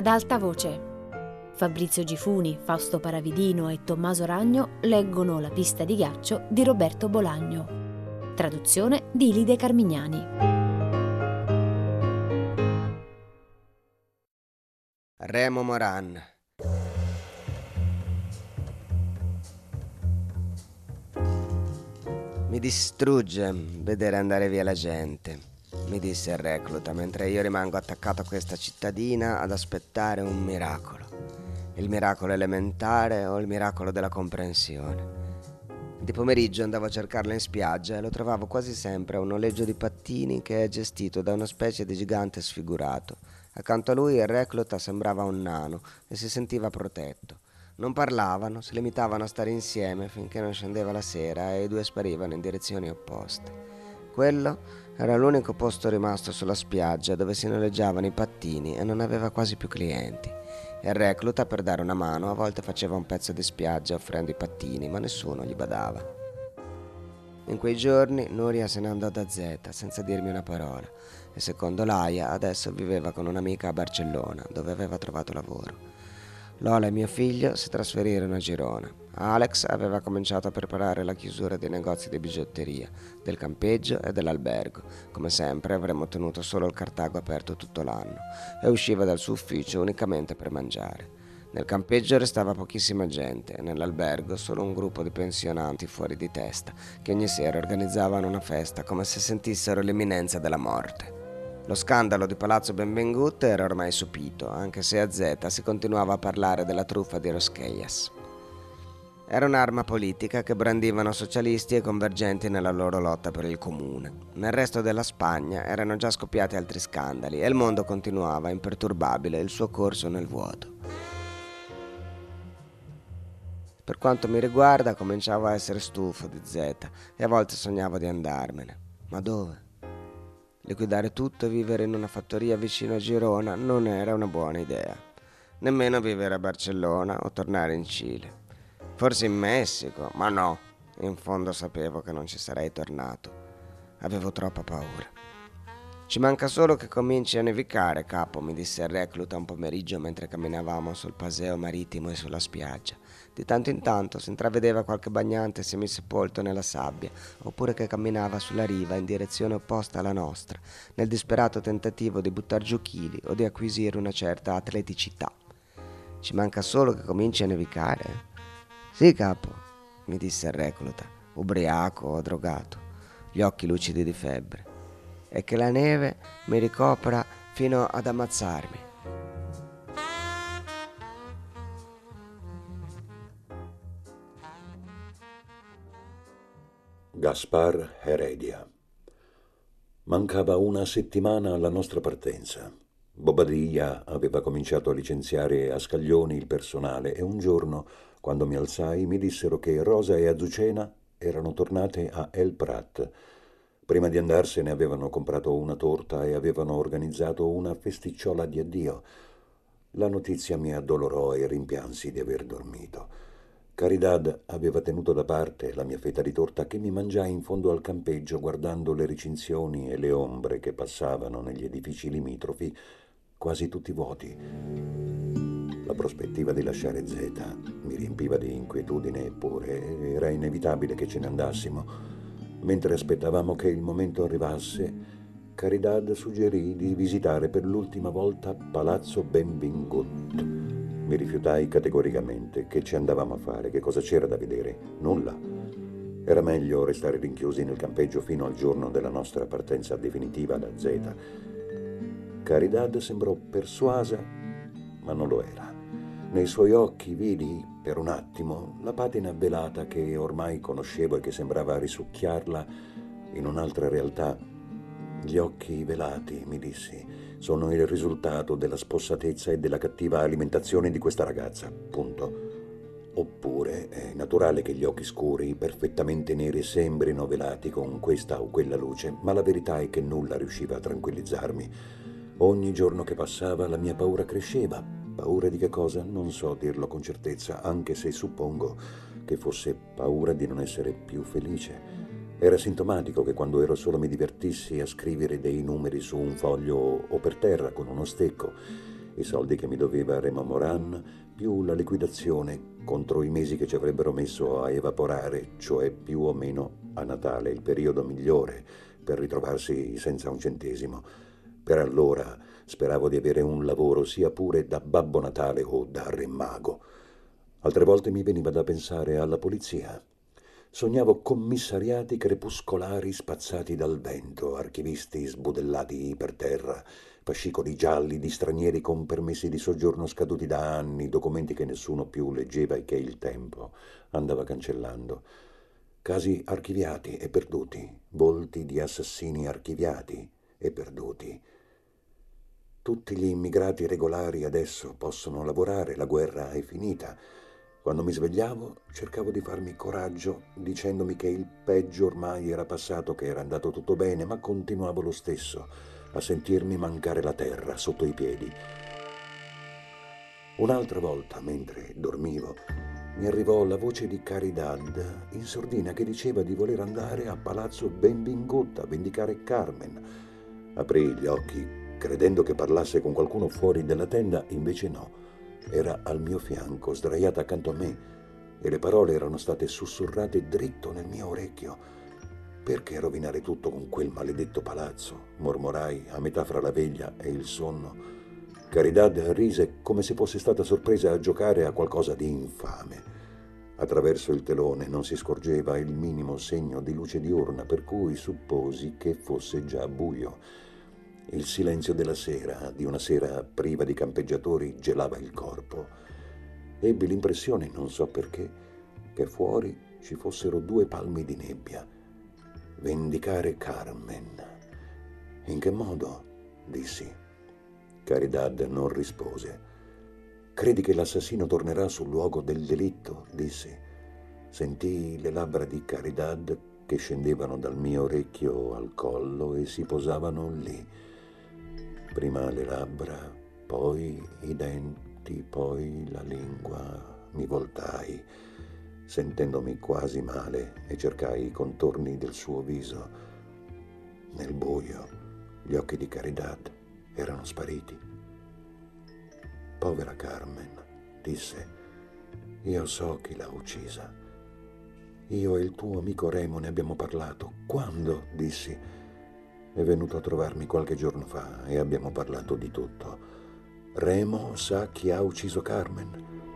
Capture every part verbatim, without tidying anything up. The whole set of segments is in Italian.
ad alta voce. Fabrizio Gifuni, Fausto Paravidino e Tommaso Ragno leggono La pista di ghiaccio di Roberto Bolagno. Traduzione di Ilide Carmignani. Remo Moran. Mi distrugge vedere andare via la gente, mi disse il recluta, mentre io rimango attaccato a questa cittadina ad aspettare un miracolo. Il miracolo elementare o il miracolo della comprensione. Di pomeriggio andavo a cercarlo in spiaggia e lo trovavo quasi sempre a un noleggio di pattini che è gestito da una specie di gigante sfigurato. Accanto a lui il recluta sembrava un nano e si sentiva protetto. Non parlavano, si limitavano a stare insieme finché non scendeva la sera e i due sparivano in direzioni opposte. Quello era l'unico posto rimasto sulla spiaggia dove si noleggiavano i pattini e non aveva quasi più clienti. Il recluta, per dare una mano, a volte faceva un pezzo di spiaggia offrendo i pattini, ma nessuno gli badava. In quei giorni Nuria se ne andò da Zeta senza dirmi una parola e secondo Laia adesso viveva con un'amica a Barcellona, dove aveva trovato lavoro. Lola e mio figlio si trasferirono a Girona. Alex aveva cominciato a preparare la chiusura dei negozi di bigiotteria, del campeggio e dell'albergo. Come sempre avremmo tenuto solo il Cartago aperto tutto l'anno e usciva dal suo ufficio unicamente per mangiare. Nel campeggio restava pochissima gente e nell'albergo solo un gruppo di pensionanti fuori di testa che ogni sera organizzavano una festa come se sentissero l'imminenza della morte. Lo scandalo di Palazzo Benvengut era ormai sopito, anche se a Zeta si continuava a parlare della truffa di Rosquellas. Era un'arma politica che brandivano socialisti e convergenti nella loro lotta per il comune. Nel resto della Spagna erano già scoppiati altri scandali e il mondo continuava imperturbabile il suo corso nel vuoto. Per quanto mi riguarda, cominciavo a essere stufo di Zeta e a volte sognavo di andarmene. Ma dove? Liquidare tutto e vivere in una fattoria vicino a Girona non era una buona idea. Nemmeno vivere a Barcellona o tornare in Cile. Forse in Messico, ma no, in fondo sapevo che non ci sarei tornato. Avevo troppa paura. Ci manca solo che cominci a nevicare, capo, mi disse il recluta un pomeriggio mentre camminavamo sul paseo marittimo e sulla spiaggia. Di tanto in tanto si intravedeva qualche bagnante semisepolto nella sabbia, oppure che camminava sulla riva in direzione opposta alla nostra, nel disperato tentativo di buttar giù chili o di acquisire una certa atleticità. Ci manca solo che cominci a nevicare? Sì, capo, mi disse il recluta, ubriaco o drogato, gli occhi lucidi di febbre, e che la neve mi ricopra fino ad ammazzarmi. Gaspar Heredia. Mancava una settimana alla nostra partenza. Bobadilla aveva cominciato a licenziare a scaglioni il personale e un giorno, quando mi alzai, mi dissero che Rosa e Azucena erano tornate a El Prat. Prima di andarsene avevano comprato una torta e avevano organizzato una festicciola di addio. La notizia mi addolorò e rimpiansi di aver dormito. Caridad aveva tenuto da parte la mia fetta di torta che mi mangiai in fondo al campeggio guardando le recinzioni e le ombre che passavano negli edifici limitrofi, quasi tutti vuoti. La prospettiva di lasciare Zeta mi riempiva di inquietudine, eppure era inevitabile che ce ne andassimo. Mentre aspettavamo che il momento arrivasse, Caridad suggerì di visitare per l'ultima volta Palazzo Benvingut. Mi rifiutai categoricamente. Che ci andavamo a fare? Che cosa c'era da vedere? Nulla. Era meglio restare rinchiusi nel campeggio fino al giorno della nostra partenza definitiva da Zeta. Caridad sembrò persuasa, ma non lo era. Nei suoi occhi vidi, per un attimo, la patina velata che ormai conoscevo e che sembrava risucchiarla in un'altra realtà. Gli occhi velati, mi dissi, sono il risultato della spossatezza e della cattiva alimentazione di questa ragazza, punto. Oppure è naturale che gli occhi scuri, perfettamente neri, sembrino velati con questa o quella luce, ma la verità è che nulla riusciva a tranquillizzarmi. Ogni giorno che passava la mia paura cresceva. Paura di che cosa? Non so dirlo con certezza, anche se suppongo che fosse paura di non essere più felice. Era sintomatico che quando ero solo mi divertissi a scrivere dei numeri su un foglio o per terra con uno stecco i soldi che mi doveva Remo Moran, più la liquidazione contro i mesi che ci avrebbero messo a evaporare, cioè più o meno a Natale, il periodo migliore per ritrovarsi senza un centesimo. Per allora speravo di avere un lavoro sia pure da Babbo Natale o da Re Mago. Altre volte mi veniva da pensare alla polizia. Sognavo commissariati crepuscolari spazzati dal vento, archivisti sbudellati per terra, fascicoli gialli di stranieri con permessi di soggiorno scaduti da anni, documenti che nessuno più leggeva e che il tempo andava cancellando. Casi archiviati e perduti, volti di assassini archiviati e perduti. Tutti gli immigrati regolari adesso possono lavorare, la guerra è finita. Quando mi svegliavo cercavo di farmi coraggio dicendomi che il peggio ormai era passato, che era andato tutto bene, ma continuavo lo stesso a sentirmi mancare la terra sotto i piedi. Un'altra volta, mentre dormivo, mi arrivò la voce di Caridad in sordina che diceva di voler andare a Palazzo Benvingut a vendicare Carmen. Aprii gli occhi credendo che parlasse con qualcuno fuori dalla tenda, invece no. Era al mio fianco, sdraiata accanto a me, e le parole erano state sussurrate dritto nel mio orecchio. Perché rovinare tutto con quel maledetto palazzo? Mormorai a metà fra la veglia e il sonno. Caridad rise come se fosse stata sorpresa a giocare a qualcosa di infame. Attraverso il telone non si scorgeva il minimo segno di luce diurna, per cui supposi che fosse già buio. Il silenzio della sera, di una sera priva di campeggiatori, gelava il corpo. Ebbi l'impressione, non so perché, che fuori ci fossero due palmi di nebbia. Vendicare Carmen. In che modo? Dissi. Caridad non rispose. Credi che l'assassino tornerà sul luogo del delitto? Dissi. Sentii le labbra di Caridad che scendevano dal mio orecchio al collo e si posavano lì. Prima le labbra, poi i denti, poi la lingua. Mi voltai, sentendomi quasi male, e cercai i contorni del suo viso. Nel buio, gli occhi di Caridad erano spariti. Povera Carmen, disse, io so chi l'ha uccisa. Io e il tuo amico Remo ne abbiamo parlato. Quando? Dissi. È venuto a trovarmi qualche giorno fa e abbiamo parlato di tutto. Remo sa chi ha ucciso Carmen?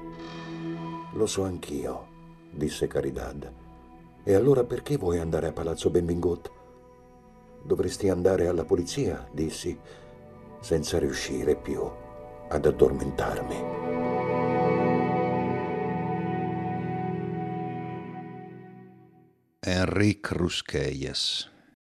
Lo so anch'io, disse Caridad. E allora perché vuoi andare a Palazzo Benvingut? Dovresti andare alla polizia, dissi, senza riuscire più ad addormentarmi. Enrique Rusquelles.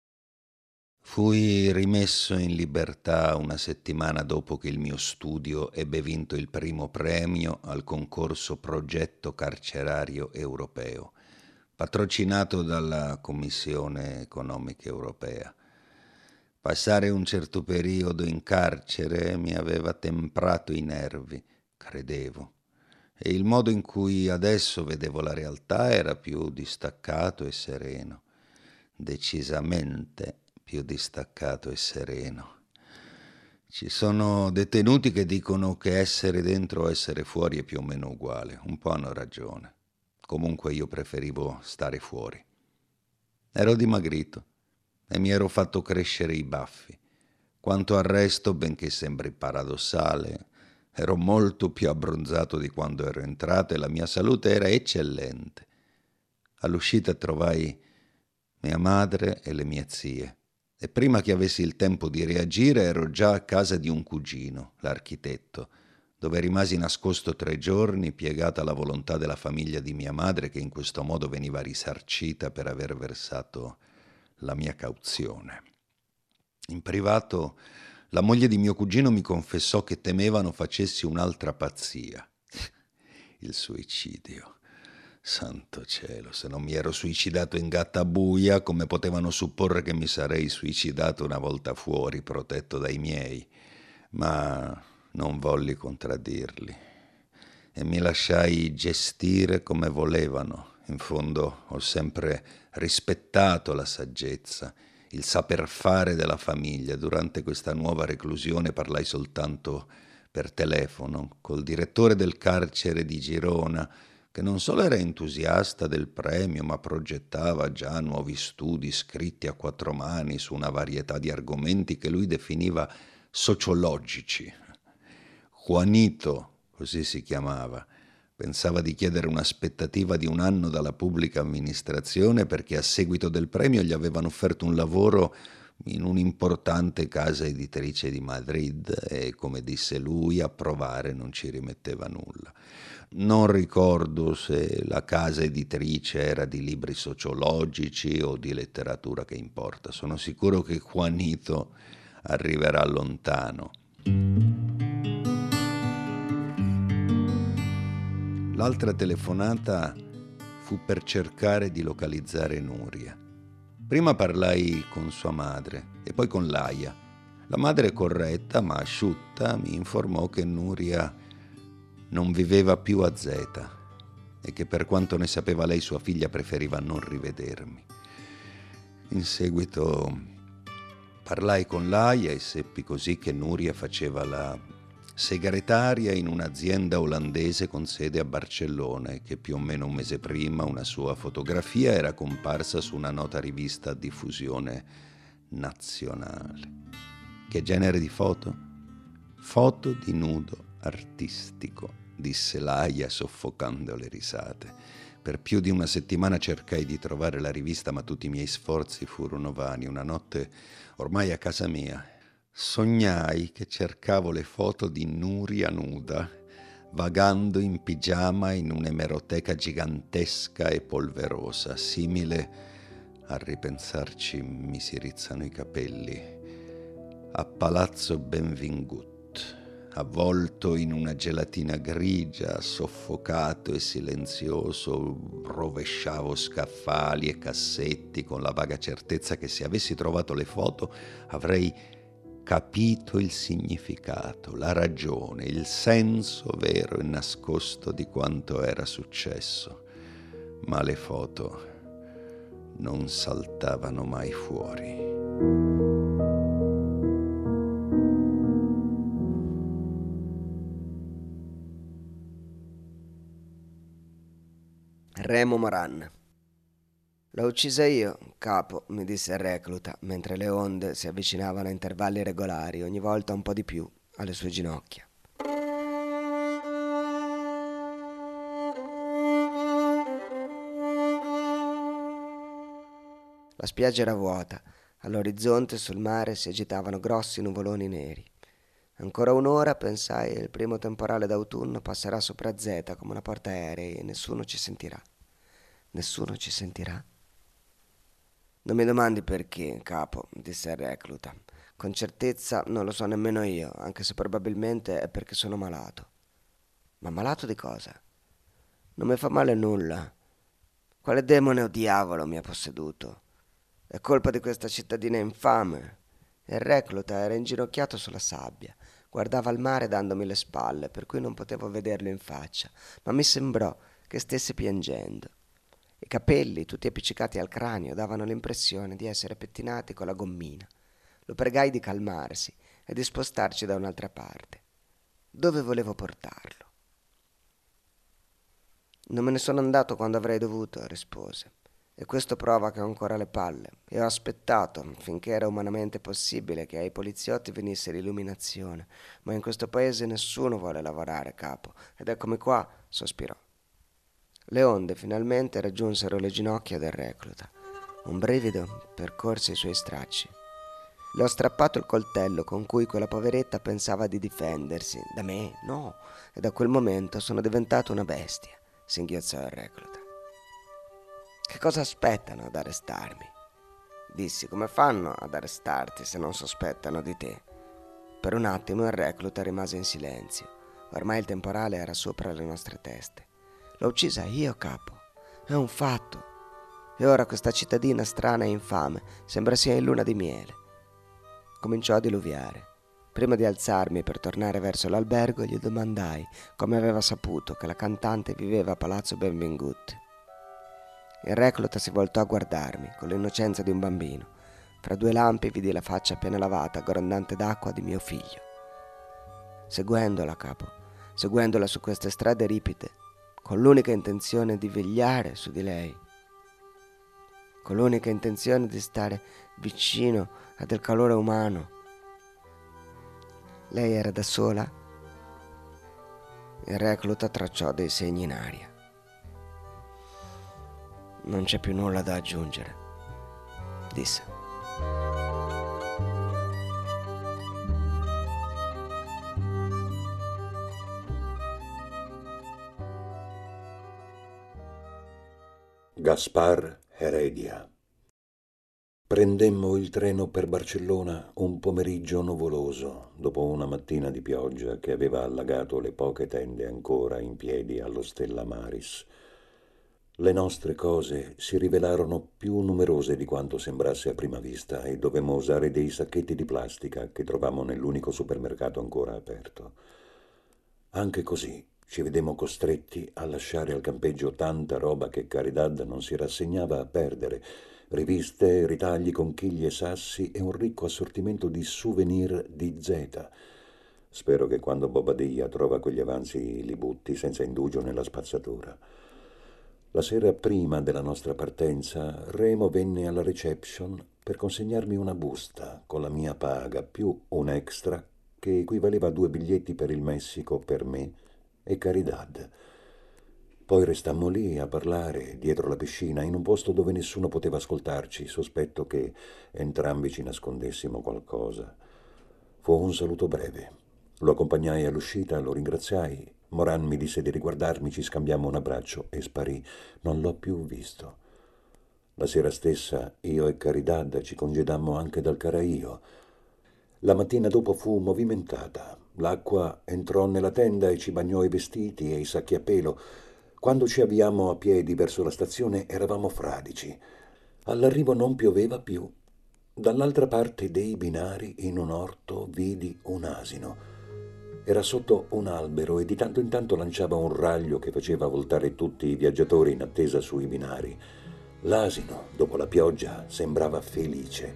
Fui rimesso in libertà una settimana dopo che il mio studio ebbe vinto il primo premio al concorso Progetto Carcerario Europeo, patrocinato dalla Commissione Economica Europea. Passare un certo periodo in carcere mi aveva temprato i nervi, credevo, e il modo in cui adesso vedevo la realtà era più distaccato e sereno, decisamente più distaccato e sereno. Ci sono detenuti che dicono che essere dentro o essere fuori è più o meno uguale. Un po' hanno ragione. Comunque io preferivo stare fuori. Ero dimagrito e mi ero fatto crescere i baffi. Quanto al resto, benché sembri paradossale, ero molto più abbronzato di quando ero entrato e la mia salute era eccellente. All'uscita trovai mia madre e le mie zie. E prima che avessi il tempo di reagire ero già a casa di un cugino, l'architetto, dove rimasi nascosto tre giorni, piegata alla volontà della famiglia di mia madre, che in questo modo veniva risarcita per aver versato la mia cauzione. In privato, la moglie di mio cugino mi confessò che temevano facessi un'altra pazzia, il suicidio. Santo cielo, se non mi ero suicidato in gattabuia, come potevano supporre che mi sarei suicidato una volta fuori, protetto dai miei? Ma non volli contraddirli e mi lasciai gestire come volevano. In fondo ho sempre rispettato la saggezza, il saper fare della famiglia. Durante questa nuova reclusione parlai soltanto per telefono col direttore del carcere di Girona, che non solo era entusiasta del premio, ma progettava già nuovi studi scritti a quattro mani su una varietà di argomenti che lui definiva sociologici. Juanito, così si chiamava, pensava di chiedere un'aspettativa di un anno dalla pubblica amministrazione perché a seguito del premio gli avevano offerto un lavoro in un'importante casa editrice di Madrid e, come disse lui, a provare non ci rimetteva nulla. Non ricordo se la casa editrice era di libri sociologici o di letteratura, che importa. Sono sicuro che Juanito arriverà lontano. L'altra telefonata fu per cercare di localizzare Nuria. Prima parlai con sua madre e poi con Laia. La madre, corretta ma asciutta, mi informò che Nuria non viveva più a Zeta e che, per quanto ne sapeva lei, sua figlia preferiva non rivedermi. In seguito parlai con Laia e seppi così che Nuria faceva la segretaria in un'azienda olandese con sede a Barcellona e che più o meno un mese prima una sua fotografia era comparsa su una nota rivista a diffusione nazionale. Che genere di foto? Foto di nudo artistico, disse Laia soffocando le risate. Per più di una settimana cercai di trovare la rivista, ma tutti i miei sforzi furono vani. Una notte, ormai a casa mia, sognai che cercavo le foto di Nuria nuda, vagando in pigiama in un'emeroteca gigantesca e polverosa, simile, a ripensarci mi si rizzano i capelli, a Palazzo Benvingut, avvolto in una gelatina grigia, soffocato e silenzioso, rovesciavo scaffali e cassetti con la vaga certezza che se avessi trovato le foto avrei capito il significato, la ragione, il senso vero e nascosto di quanto era successo. Ma le foto non saltavano mai fuori. Remo Moran. L'ho uccisa io, capo, mi disse il recluta, mentre le onde si avvicinavano a intervalli regolari, ogni volta un po' di più, alle sue ginocchia. La spiaggia era vuota, all'orizzonte sul mare si agitavano grossi nuvoloni neri. Ancora un'ora, pensai, e il primo temporale d'autunno passerà sopra Zeta come una portaerei e nessuno ci sentirà. Nessuno ci sentirà? Non mi domandi perché, capo, disse il recluta. Con certezza non lo so nemmeno io, anche se probabilmente è perché sono malato. Ma malato di cosa? Non mi fa male nulla. Quale demone o diavolo mi ha posseduto? È colpa di questa cittadina infame. Il recluta era inginocchiato sulla sabbia, guardava il mare dandomi le spalle, per cui non potevo vederlo in faccia, ma mi sembrò che stesse piangendo. I capelli, tutti appiccicati al cranio, davano l'impressione di essere pettinati con la gommina. Lo pregai di calmarsi e di spostarci da un'altra parte. Dove volevo portarlo? Non me ne sono andato quando avrei dovuto, rispose. E questo prova che ho ancora le palle. E ho aspettato, finché era umanamente possibile, che ai poliziotti venisse l'illuminazione. Ma in questo paese nessuno vuole lavorare, capo. Ed eccomi qua, sospirò. Le onde finalmente raggiunsero le ginocchia del recluta. Un brivido percorse i suoi stracci. Le ho strappato il coltello con cui quella poveretta pensava di difendersi. Da me? No. E da quel momento sono diventato una bestia, singhiozzò il recluta. Che cosa aspettano ad arrestarmi? Dissi, come fanno ad arrestarti se non sospettano di te? Per un attimo il recluta rimase in silenzio. Ormai il temporale era sopra le nostre teste. L'ho uccisa io, capo. È un fatto. E ora questa cittadina strana e infame sembra sia in luna di miele. Cominciò a diluviare. Prima di alzarmi per tornare verso l'albergo, gli domandai come aveva saputo che la cantante viveva a Palazzo Benvingut. Il recluta si voltò a guardarmi con l'innocenza di un bambino. Fra due lampi vidi la faccia appena lavata, grondante d'acqua, di mio figlio. seguendola, capo, seguendola su queste strade ripide, con l'unica intenzione di vegliare su di lei, con l'unica intenzione di stare vicino a del calore umano. Lei era da sola. Il recluta tracciò dei segni in aria. Non c'è più nulla da aggiungere, disse. Gaspar Heredia. Prendemmo il treno per Barcellona un pomeriggio nuvoloso, dopo una mattina di pioggia che aveva allagato le poche tende ancora in piedi allo Stella Maris. Le nostre cose si rivelarono più numerose di quanto sembrasse a prima vista e dovemmo usare dei sacchetti di plastica che trovammo nell'unico supermercato ancora aperto. Anche così ci vedemmo costretti a lasciare al campeggio tanta roba che Caridad non si rassegnava a perdere: riviste, ritagli, conchiglie, sassi e un ricco assortimento di souvenir di Zeta. Spero che quando Bobadilla trova quegli avanzi li butti senza indugio nella spazzatura. La sera prima della nostra partenza, Remo venne alla reception per consegnarmi una busta con la mia paga più un extra che equivaleva a due biglietti per il Messico per me e Caridad. Poi restammo lì a parlare, dietro la piscina, in un posto dove nessuno poteva ascoltarci, sospetto che entrambi ci nascondessimo qualcosa. Fu un saluto breve. Lo accompagnai all'uscita, lo ringraziai. Moran mi disse di riguardarmi, ci scambiammo un abbraccio e sparì. Non l'ho più visto. La sera stessa io e Caridad ci congedammo anche dal Caraio. La mattina dopo fu movimentata. L'acqua entrò nella tenda e ci bagnò i vestiti e i sacchi a pelo. Quando ci avviammo a piedi verso la stazione eravamo fradici. All'arrivo non pioveva più. Dall'altra parte dei binari, in un orto, vidi un asino. Era sotto un albero e di tanto in tanto lanciava un raglio che faceva voltare tutti i viaggiatori in attesa sui binari. L'asino, dopo la pioggia, sembrava felice.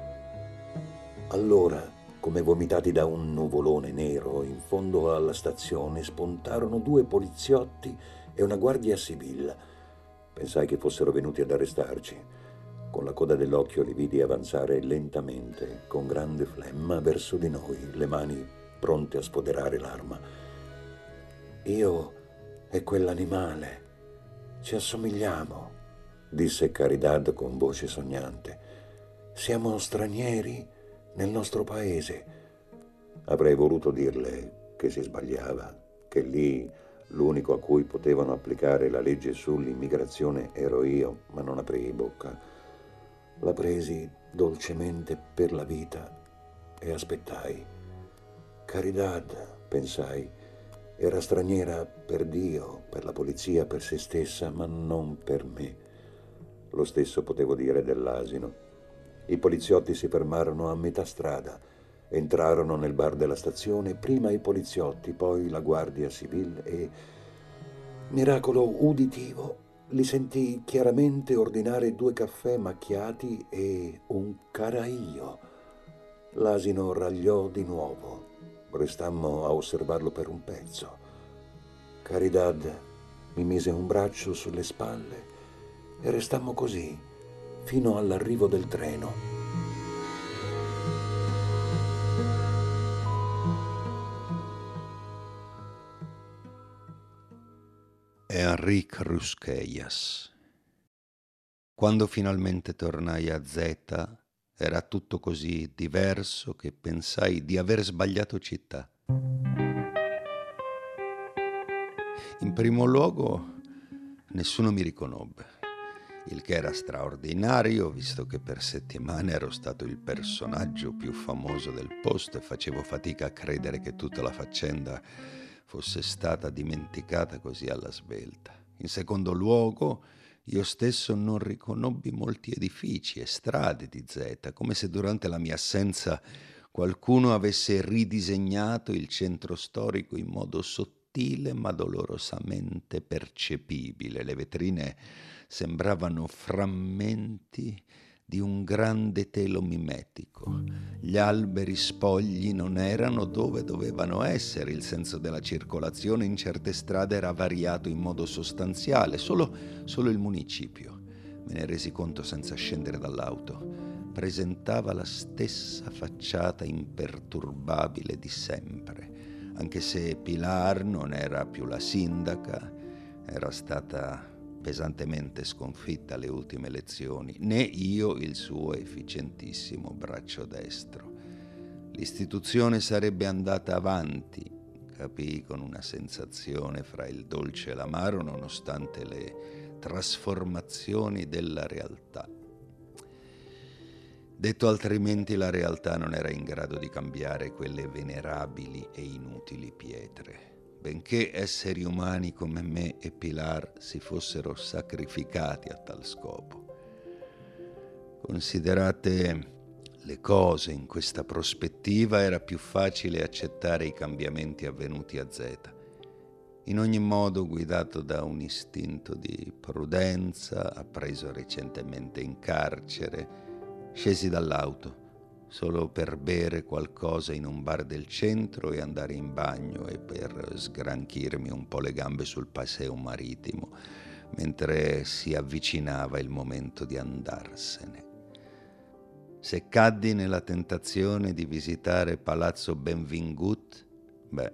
Allora, come vomitati da un nuvolone nero, in fondo alla stazione spuntarono due poliziotti e una guardia civile. Pensai che fossero venuti ad arrestarci. Con la coda dell'occhio li vidi avanzare lentamente, con grande flemma, verso di noi, le mani pronte a sfoderare l'arma. Io e quell'animale ci assomigliamo, disse Caridad con voce sognante. Siamo stranieri nel nostro paese. Avrei voluto dirle che si sbagliava, che lì l'unico a cui potevano applicare la legge sull'immigrazione ero io, ma non aprii bocca. La presi dolcemente per la vita e aspettai. Caridad, pensai, era straniera per Dio, per la polizia, per se stessa, ma non per me. Lo stesso potevo dire dell'asino. I poliziotti si fermarono a metà strada. Entrarono nel bar della stazione, prima i poliziotti, poi la guardia civile e, miracolo uditivo, li sentii chiaramente ordinare due caffè macchiati e un Caraio. L'asino ragliò di nuovo. Restammo a osservarlo per un pezzo. Caridad mi mise un braccio sulle spalle e restammo così fino all'arrivo del treno. Enrique Rusquellas. Quando finalmente tornai a Zeta, era tutto così diverso che pensai di aver sbagliato città. In primo luogo, nessuno mi riconobbe, il che era straordinario, visto che per settimane ero stato il personaggio più famoso del posto e facevo fatica a credere che tutta la faccenda fosse stata dimenticata così alla svelta. In secondo luogo, io stesso non riconobbi molti edifici e strade di Zeta, come se durante la mia assenza qualcuno avesse ridisegnato il centro storico in modo sottile ma dolorosamente percepibile. Le vetrine sembravano frammenti di un grande telo mimetico. Gli alberi spogli non erano dove dovevano essere, il senso della circolazione in certe strade era variato in modo sostanziale, solo, solo il municipio, me ne resi conto senza scendere dall'auto, presentava la stessa facciata imperturbabile di sempre, anche se Pilar non era più la sindaca, era stata pesantemente sconfitta alle ultime elezioni, né io il suo efficientissimo braccio destro. L'istituzione sarebbe andata avanti, capii con una sensazione fra il dolce e l'amaro, nonostante le trasformazioni della realtà. Detto altrimenti, la realtà non era in grado di cambiare quelle venerabili e inutili pietre. Benché esseri umani come me e Pilar si fossero sacrificati a tal scopo. Considerate le cose in questa prospettiva, era più facile accettare i cambiamenti avvenuti a Zeta. In ogni modo, guidato da un istinto di prudenza, appreso recentemente in carcere, scesi dall'auto solo per bere qualcosa in un bar del centro e andare in bagno e per sgranchirmi un po' le gambe sul paseo marittimo mentre si avvicinava il momento di andarsene. Se caddi nella tentazione di visitare Palazzo Benvingut, beh,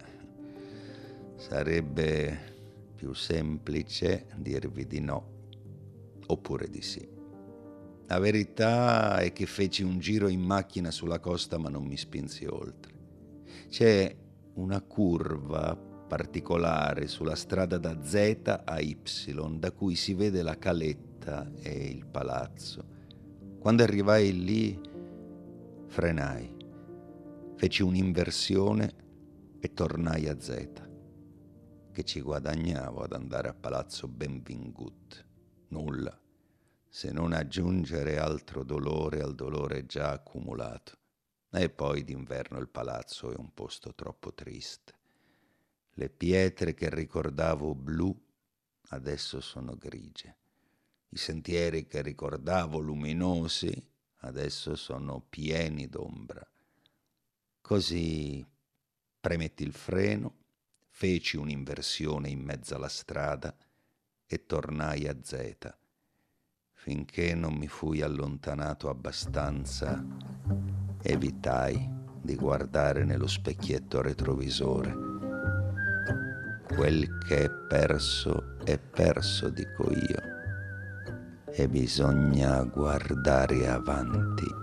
sarebbe più semplice dirvi di no, oppure di sì. La verità è che feci un giro in macchina sulla costa, ma non mi spinsi oltre. C'è una curva particolare sulla strada da Z a Y, da cui si vede la caletta e il palazzo. Quando arrivai lì, frenai, feci un'inversione e tornai a Z. Che ci guadagnavo ad andare a Palazzo Benvingut? Nulla, se non aggiungere altro dolore al dolore già accumulato. E poi d'inverno il palazzo è un posto troppo triste. Le pietre che ricordavo blu adesso sono grigie. I sentieri che ricordavo luminosi adesso sono pieni d'ombra. Così premetti il freno, feci un'inversione in mezzo alla strada e tornai a Z, finché non mi fui allontanato abbastanza, evitai di guardare nello specchietto retrovisore. Quel che è perso è perso, dico io, e bisogna guardare avanti.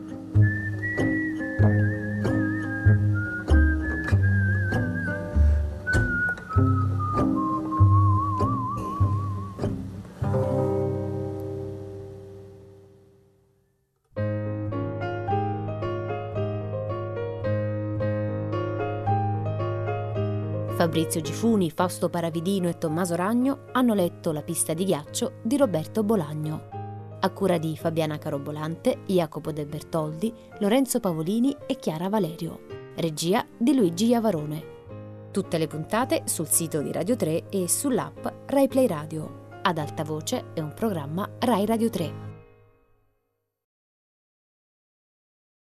Fabrizio Gifuni, Fausto Paravidino e Tommaso Ragno hanno letto La pista di ghiaccio di Roberto Bolagno, a cura di Fabiana Carobolante, Jacopo De Bertoldi, Lorenzo Pavolini e Chiara Valerio. Regia di Luigi Iavarone. Tutte le puntate sul sito di Radio tre e sull'app Rai Play Radio. Ad alta voce è un programma Rai Radio tre.